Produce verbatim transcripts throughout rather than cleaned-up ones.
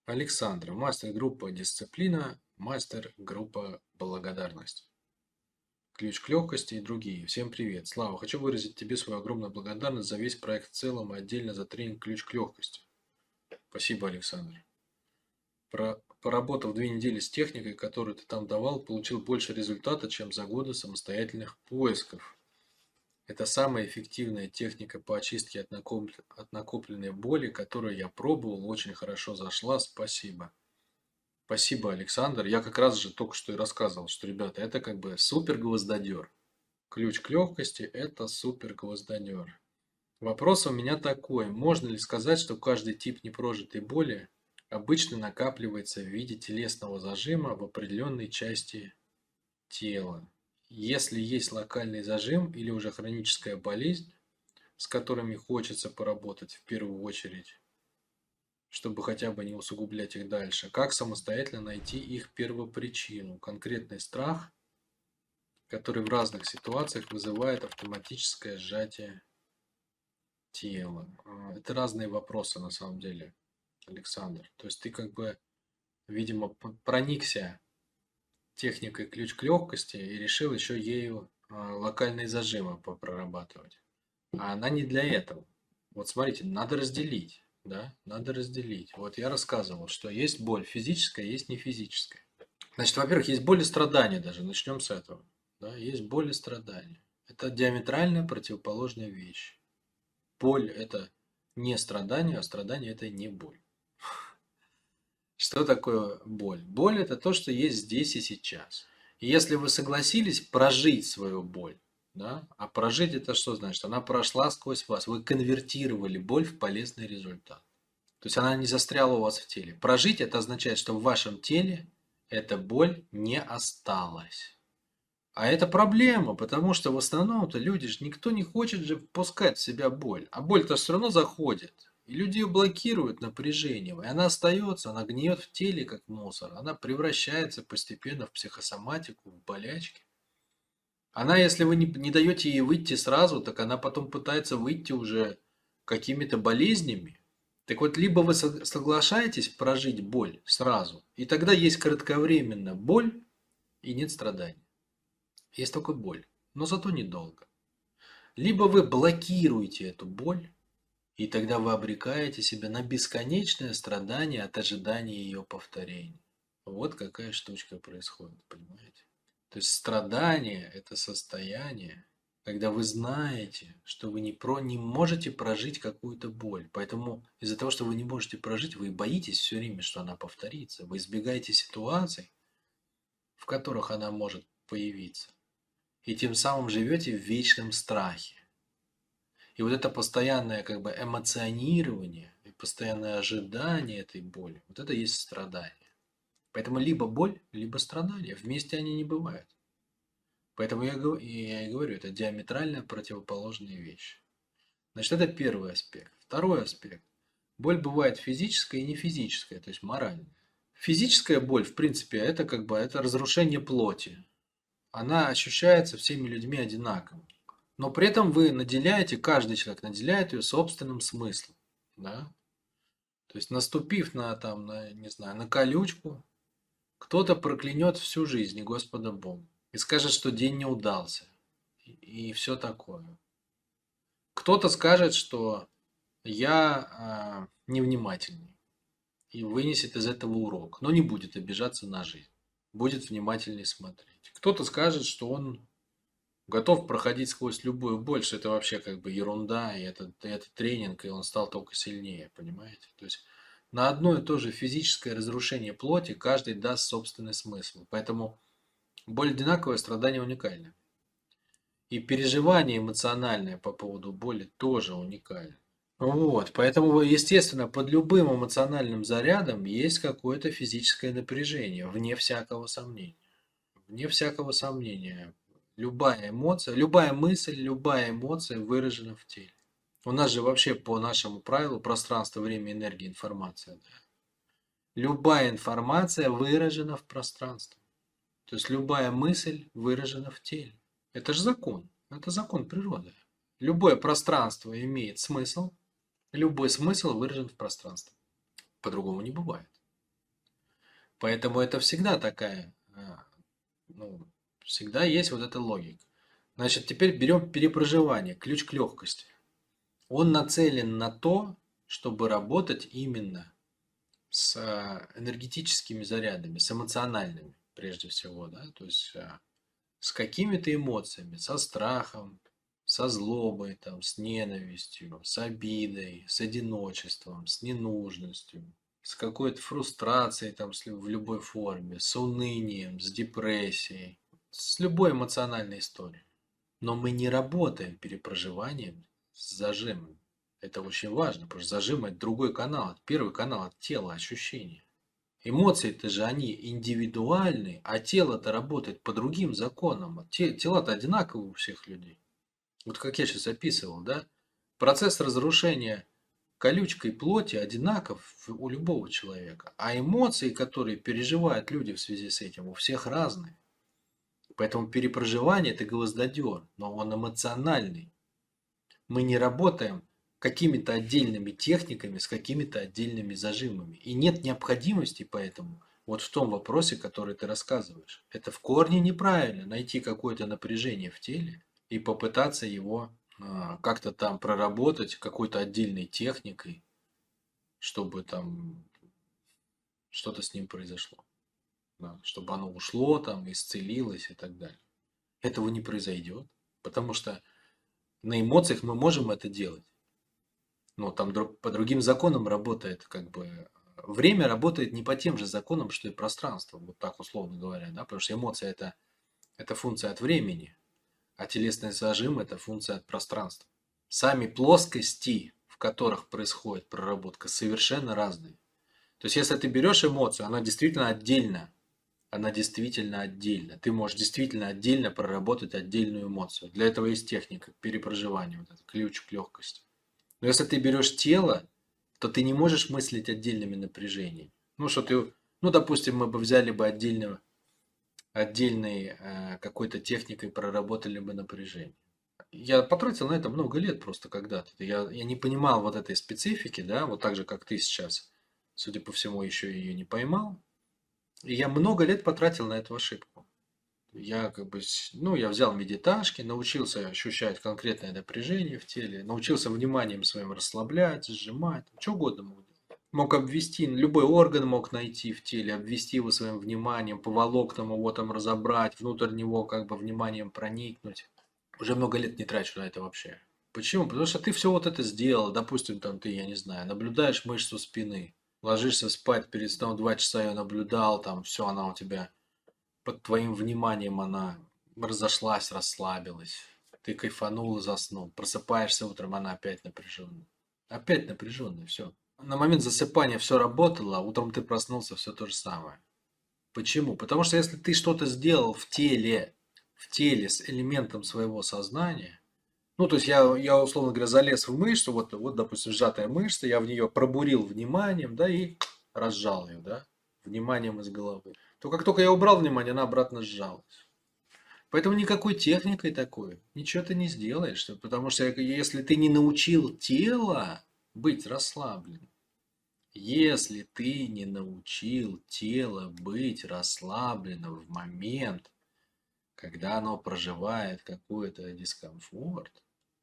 Александр, мастер-группа «Дисциплина», мастер-группа «Благодарность». Ключ к легкости и другие. Всем привет. Слава, хочу выразить тебе свою огромную благодарность за весь проект в целом и отдельно за тренинг «Ключ к легкости». Спасибо, Александр. Про... Поработав две недели с техникой, которую ты там давал, получил больше результата, чем за годы самостоятельных поисков. Это самая эффективная техника по очистке от, накоп... от накопленной боли, которую я пробовал, очень хорошо зашла. Спасибо. Спасибо, Александр. Я как раз же только что и рассказывал, что, ребята, это как бы супер гвоздодер. Ключ к легкости – это супер гвоздодер. Вопрос у меня такой. Можно ли сказать, что каждый тип непрожитой боли обычно накапливается в виде телесного зажима в определенной части тела? Если есть локальный зажим или уже хроническая болезнь, с которыми хочется поработать в первую очередь, чтобы хотя бы не усугублять их дальше, как самостоятельно найти их первопричину, конкретный страх, который в разных ситуациях вызывает автоматическое сжатие тела. Это разные вопросы на самом деле, Александр. То есть ты как бы, видимо, проникся техникой ключ к легкости и решил еще ею локальные зажимы прорабатывать. А она не для этого. Вот смотрите, надо разделить. Да, надо разделить. Вот я рассказывал, что есть боль физическая, есть не физическая. Значит, во-первых, есть боль и страдания даже. Начнем с этого. Да, есть боль и страдания. Это диаметрально противоположная вещь. Боль – это не страдание, а страдание – это не боль. Что такое боль? Боль – это то, что есть здесь и сейчас. И если вы согласились прожить свою боль, да, а прожить это что значит? Она прошла сквозь вас, вы конвертировали боль в полезный результат. То есть она не застряла у вас в теле. Прожить это означает, что в вашем теле эта боль не осталась. А это проблема, потому что в основном-то люди же, никто не хочет же впускать в себя боль. А боль-то все равно заходит. И люди ее блокируют напряжением. И она остается, она гниет в теле, как мусор. Она превращается постепенно в психосоматику, в болячки. Она, если вы не, не даете ей выйти сразу, так она потом пытается выйти уже какими-то болезнями. Так вот, либо вы соглашаетесь прожить боль сразу, и тогда есть кратковременно боль и нет страданий. Есть только боль, но зато недолго. Либо вы блокируете эту боль, и тогда вы обрекаете себя на бесконечное страдание от ожидания ее повторения. Вот какая штучка происходит, понимаете? То есть страдание – это состояние, когда вы знаете, что вы не, про, не можете прожить какую-то боль. Поэтому из-за того, что вы не можете прожить, вы боитесь все время, что она повторится. Вы избегаете ситуаций, в которых она может появиться. И тем самым живете в вечном страхе. И вот это постоянное как бы эмоционирование и постоянное ожидание этой боли, вот это и есть страдание. Поэтому либо боль, либо страдание. Вместе они не бывают. Поэтому я, я и говорю, это диаметрально противоположные вещи. Значит, это первый аспект. Второй аспект. Боль бывает физическая и не физическая, то есть моральная. Физическая боль, в принципе, это как бы это разрушение плоти. Она ощущается всеми людьми одинаково. Но при этом вы наделяете, каждый человек наделяет ее собственным смыслом. Да? То есть, наступив на, там, на, не знаю, на колючку, кто-то проклянет всю жизнь Господа Бога и скажет, что день не удался. И, и все такое. Кто-то скажет, что я э, невнимательный и вынесет из этого урок, но не будет обижаться на жизнь. Будет внимательнее смотреть. Кто-то скажет, что он готов проходить сквозь любую боль, что это вообще как бы ерунда, и это, это тренинг, и он стал только сильнее, понимаете? То есть на одно и то же физическое разрушение плоти каждый даст собственный смысл. Поэтому боль одинаковая, страдание уникальное. И переживание эмоциональное по поводу боли тоже уникально. Вот, поэтому, естественно, под любым эмоциональным зарядом есть какое-то физическое напряжение, вне всякого сомнения. Вне всякого сомнения. Любая эмоция, любая мысль, любая эмоция выражена в теле. У нас же вообще по нашему правилу пространство, время, энергия, информация. Да? Любая информация выражена в пространстве. То есть любая мысль выражена в теле. Это же закон. Это закон природы. Любое пространство имеет смысл. Любой смысл выражен в пространстве. По-другому не бывает. Поэтому это всегда такая, а, ну, всегда есть вот эта логика. Значит, теперь берем перепроживание, ключ к легкости. Он нацелен на то, чтобы работать именно с а, энергетическими зарядами, с эмоциональными, прежде всего, да, то есть а, с какими-то эмоциями, со страхом, со злобой, там, с ненавистью, с обидой, с одиночеством, с ненужностью, с какой-то фрустрацией там, в любой форме, с унынием, с депрессией, с любой эмоциональной историей. Но мы не работаем перепроживанием с зажимом. Это очень важно, потому что зажим – это другой канал, это первый канал от тела, ощущения. Эмоции-то же они индивидуальны, а тело-то работает по другим законам. Тела-то одинаковые у всех людей. Вот как я сейчас описывал, да? Процесс разрушения колючкой плоти одинаков у любого человека. А эмоции, которые переживают люди в связи с этим, у всех разные. Поэтому перепроживание – это гвоздодер, но он эмоциональный. Мы не работаем какими-то отдельными техниками с какими-то отдельными зажимами. И нет необходимости поэтому вот в том вопросе, который ты рассказываешь. Это в корне неправильно найти какое-то напряжение в теле и попытаться его а, как-то там проработать какой-то отдельной техникой, чтобы там что-то с ним произошло. Да, чтобы оно ушло, там, исцелилось и так далее. Этого не произойдет, потому что на эмоциях мы можем это делать. Но там по другим законам работает, как бы, время работает не по тем же законам, что и пространство, вот так условно говоря, да, потому что эмоция это, это функция от времени, а телесный зажим это функция от пространства. Сами плоскости, в которых происходит проработка, совершенно разные. То есть, если ты берешь эмоцию, она действительно отдельно, она действительно отдельно. Ты можешь действительно отдельно проработать отдельную эмоцию. Для этого есть техника перепроживания, вот этот ключ к легкости. Но если ты берешь тело, то ты не можешь мыслить отдельными напряжениями. Ну, что ты, ну, допустим, мы бы взяли бы отдельно, отдельной э, какой-то техникой проработали бы напряжение. Я потратил на это много лет просто когда-то. Я, я не понимал вот этой специфики, да, вот так же, как ты сейчас, судя по всему, еще ее не поймал. И я много лет потратил на эту ошибку. Я как бы, ну, я взял медиташки, научился ощущать конкретное напряжение в теле, научился вниманием своим расслаблять, сжимать, что угодно мог делать. Мог обвести, любой орган мог найти в теле, обвести его своим вниманием, по волокнам его там разобрать, внутрь него как бы вниманием проникнуть. Уже много лет не трачу на это вообще. Почему? Потому что ты все вот это сделал, допустим, там ты, я не знаю, наблюдаешь мышцу спины, ложишься спать, перед сном два часа ее наблюдал, там все, она у тебя под твоим вниманием она разошлась, расслабилась. Ты кайфанул и заснул. Просыпаешься утром, она опять напряженная. Опять напряженная, все. На момент засыпания все работало, а утром ты проснулся, все то же самое. Почему? Потому что если ты что-то сделал в теле, в теле с элементом своего сознания, ну, то есть я, я условно говоря, залез в мышцу, вот, вот, допустим, сжатая мышца, я в нее пробурил вниманием, да, и разжал ее, да, вниманием из головы. То как только я убрал внимание, она обратно сжалась. Поэтому никакой техникой такой ничего ты не сделаешь, потому что если ты не научил тело быть расслабленным, если ты не научил тело быть расслабленным в момент, когда оно проживает какой-то дискомфорт,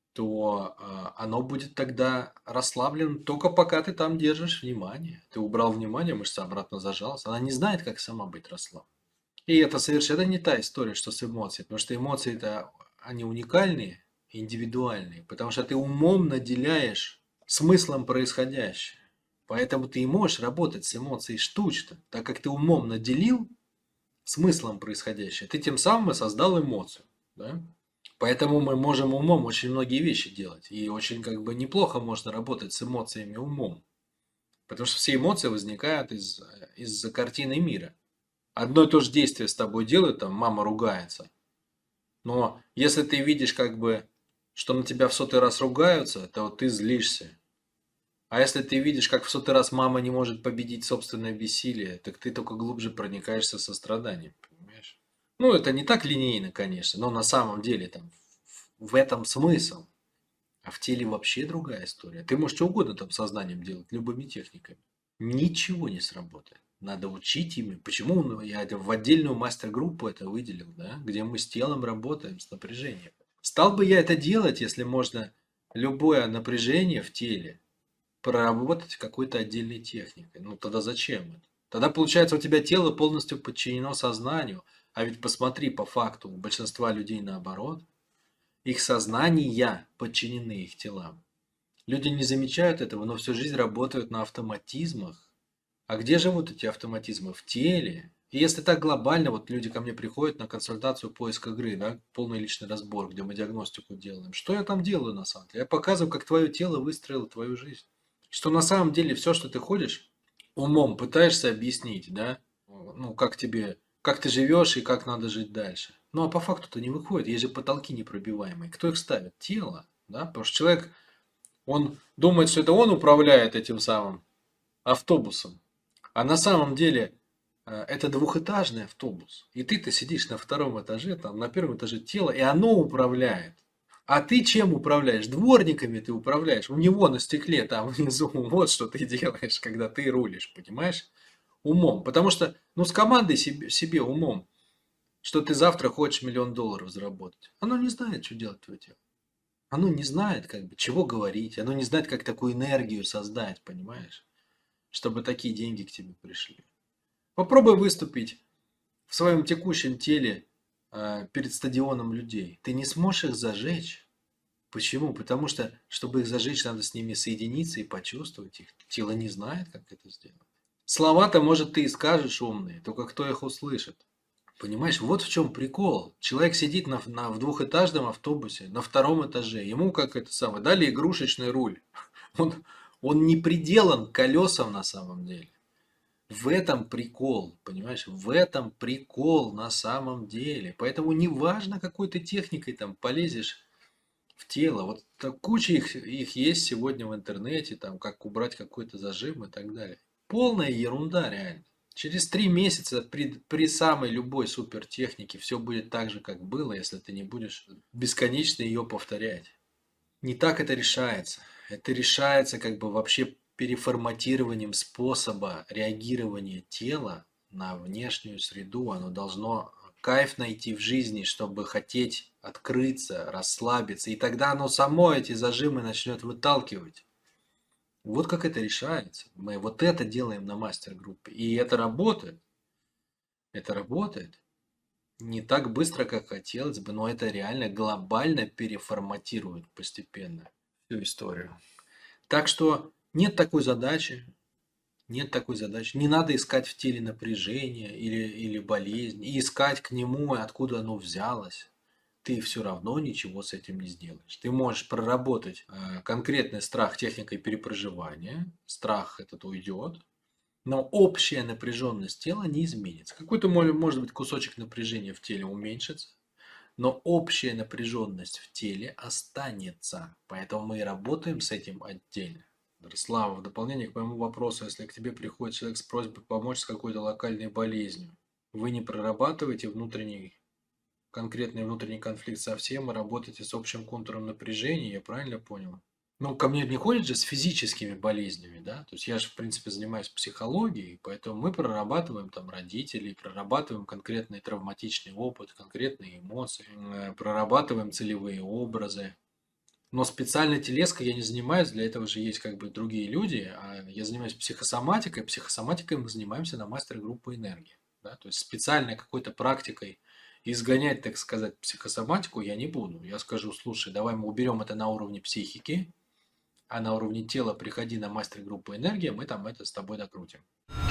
то э, оно будет тогда расслаблено только пока ты там держишь внимание. Ты убрал внимание, мышца обратно зажалась. Она не знает, как сама быть расслаблена. И это совершенно не та история, что с эмоцией. Потому что эмоции-то, они уникальные, индивидуальные. Потому что ты умом наделяешь смыслом происходящее. Поэтому ты и можешь работать с эмоцией штучно. Так как ты умом наделил смыслом происходящее, ты тем самым и создал эмоцию. Да? Поэтому мы можем умом очень многие вещи делать. И очень как бы неплохо можно работать с эмоциями умом. Потому что все эмоции возникают из, из-за картины мира. Одно и то же действие с тобой делают, там мама ругается. Но если ты видишь как бы, что на тебя в сотый раз ругаются, то ты злишься. А если ты видишь, как в сотый раз мама не может победить собственное бессилие, так ты только глубже проникаешься состраданием, понимаешь? Ну, это не так линейно, конечно, но на самом деле там в этом смысл. А в теле вообще другая история. Ты можешь что угодно там сознанием делать, любыми техниками. Ничего не сработает. Надо учить ими. Почему ну, я это в отдельную мастер-группу это выделил, да, где мы с телом работаем, с напряжением. Стал бы я это делать, если можно любое напряжение в теле проработать какой-то отдельной техникой? Ну тогда зачем это? Тогда получается у тебя тело полностью подчинено сознанию. А ведь посмотри по факту, у большинства людей наоборот. Их сознания подчинены их телам. Люди не замечают этого, но всю жизнь работают на автоматизмах. А где живут эти автоматизмы? В теле. И если так глобально, вот люди ко мне приходят на консультацию поиск игры, да, полный личный разбор, где мы диагностику делаем. Что я там делаю на самом деле? Я показываю, как твое тело выстроило твою жизнь. Что на самом деле все, что ты ходишь, умом пытаешься объяснить, да, ну, как тебе, как ты живешь и как надо жить дальше. Ну, а по факту-то не выходит. Есть же потолки непробиваемые. Кто их ставит? Тело, да, потому что человек, он думает, что это он управляет этим самым автобусом. А на самом деле это двухэтажный автобус. И ты-то сидишь на втором этаже, там на первом этаже тело, и оно управляет. А ты чем управляешь? Дворниками ты управляешь. У него на стекле там внизу вот что ты делаешь, когда ты рулишь, понимаешь? Умом. Потому что, ну, с командой себе, себе умом, что ты завтра хочешь миллион долларов заработать. Оно не знает, что делать твое тело. Оно не знает, как бы, чего говорить. Оно не знает, как такую энергию создать, понимаешь? Чтобы такие деньги к тебе пришли. Попробуй выступить в своем текущем теле э, перед стадионом людей. Ты не сможешь их зажечь. Почему? Потому что, чтобы их зажечь, надо с ними соединиться и почувствовать их. Тело не знает, как это сделать. Слова-то, может, ты и скажешь умные, только кто их услышит? Понимаешь, вот в чем прикол. Человек сидит на, на, в двухэтажном автобусе, на втором этаже. Ему, как это самое, дали игрушечный руль. Он, он не приделан к колесам на самом деле. В этом прикол, понимаешь? В этом прикол на самом деле. Поэтому не важно, какой ты техникой там полезешь в тело. Вот так, куча их, их есть сегодня в интернете, там, как убрать какой-то зажим и так далее. Полная ерунда, реально. Через три месяца при, при самой любой супертехнике все будет так же, как было, если ты не будешь бесконечно ее повторять. Не так это решается. Это решается как бы вообще переформатированием способа реагирования тела на внешнюю среду. Оно должно кайф найти в жизни, чтобы хотеть открыться, расслабиться. И тогда оно само эти зажимы начнет выталкивать. Вот как это решается. Мы вот это делаем на мастер-группе. И это работает. Это работает. Не так быстро, как хотелось бы, но это реально глобально переформатирует постепенно всю историю. Так что нет такой задачи, нет такой задачи. Не надо искать в теле напряжение или, или болезнь, и искать к нему, откуда оно взялось. Ты все равно ничего с этим не сделаешь. Ты можешь проработать э, конкретный страх техникой перепроживания, страх этот уйдет, но общая напряженность тела не изменится. Какой-то, может быть, кусочек напряжения в теле уменьшится, но общая напряженность в теле останется. Поэтому мы и работаем с этим отдельно. Слава, в дополнение к моему вопросу, если к тебе приходит человек с просьбой помочь с какой-то локальной болезнью, вы не прорабатываете внутренний, конкретный внутренний конфликт совсем, а работаете с общим контуром напряжения, я правильно понял? Ну, ко мне не ходят же с физическими болезнями, да, то есть я же, в принципе, занимаюсь психологией, поэтому мы прорабатываем там родителей, прорабатываем конкретный травматичный опыт, конкретные эмоции, прорабатываем целевые образы. Но специально телеской я не занимаюсь, для этого же есть как бы другие люди, а я занимаюсь психосоматикой, психосоматикой мы занимаемся на мастер-группе энергии, да, то есть специальной какой-то практикой изгонять, так сказать, психосоматику я не буду. Я скажу, слушай, давай мы уберем это на уровне психики, а на уровне тела приходи на мастер-группу энергия, мы там это с тобой докрутим.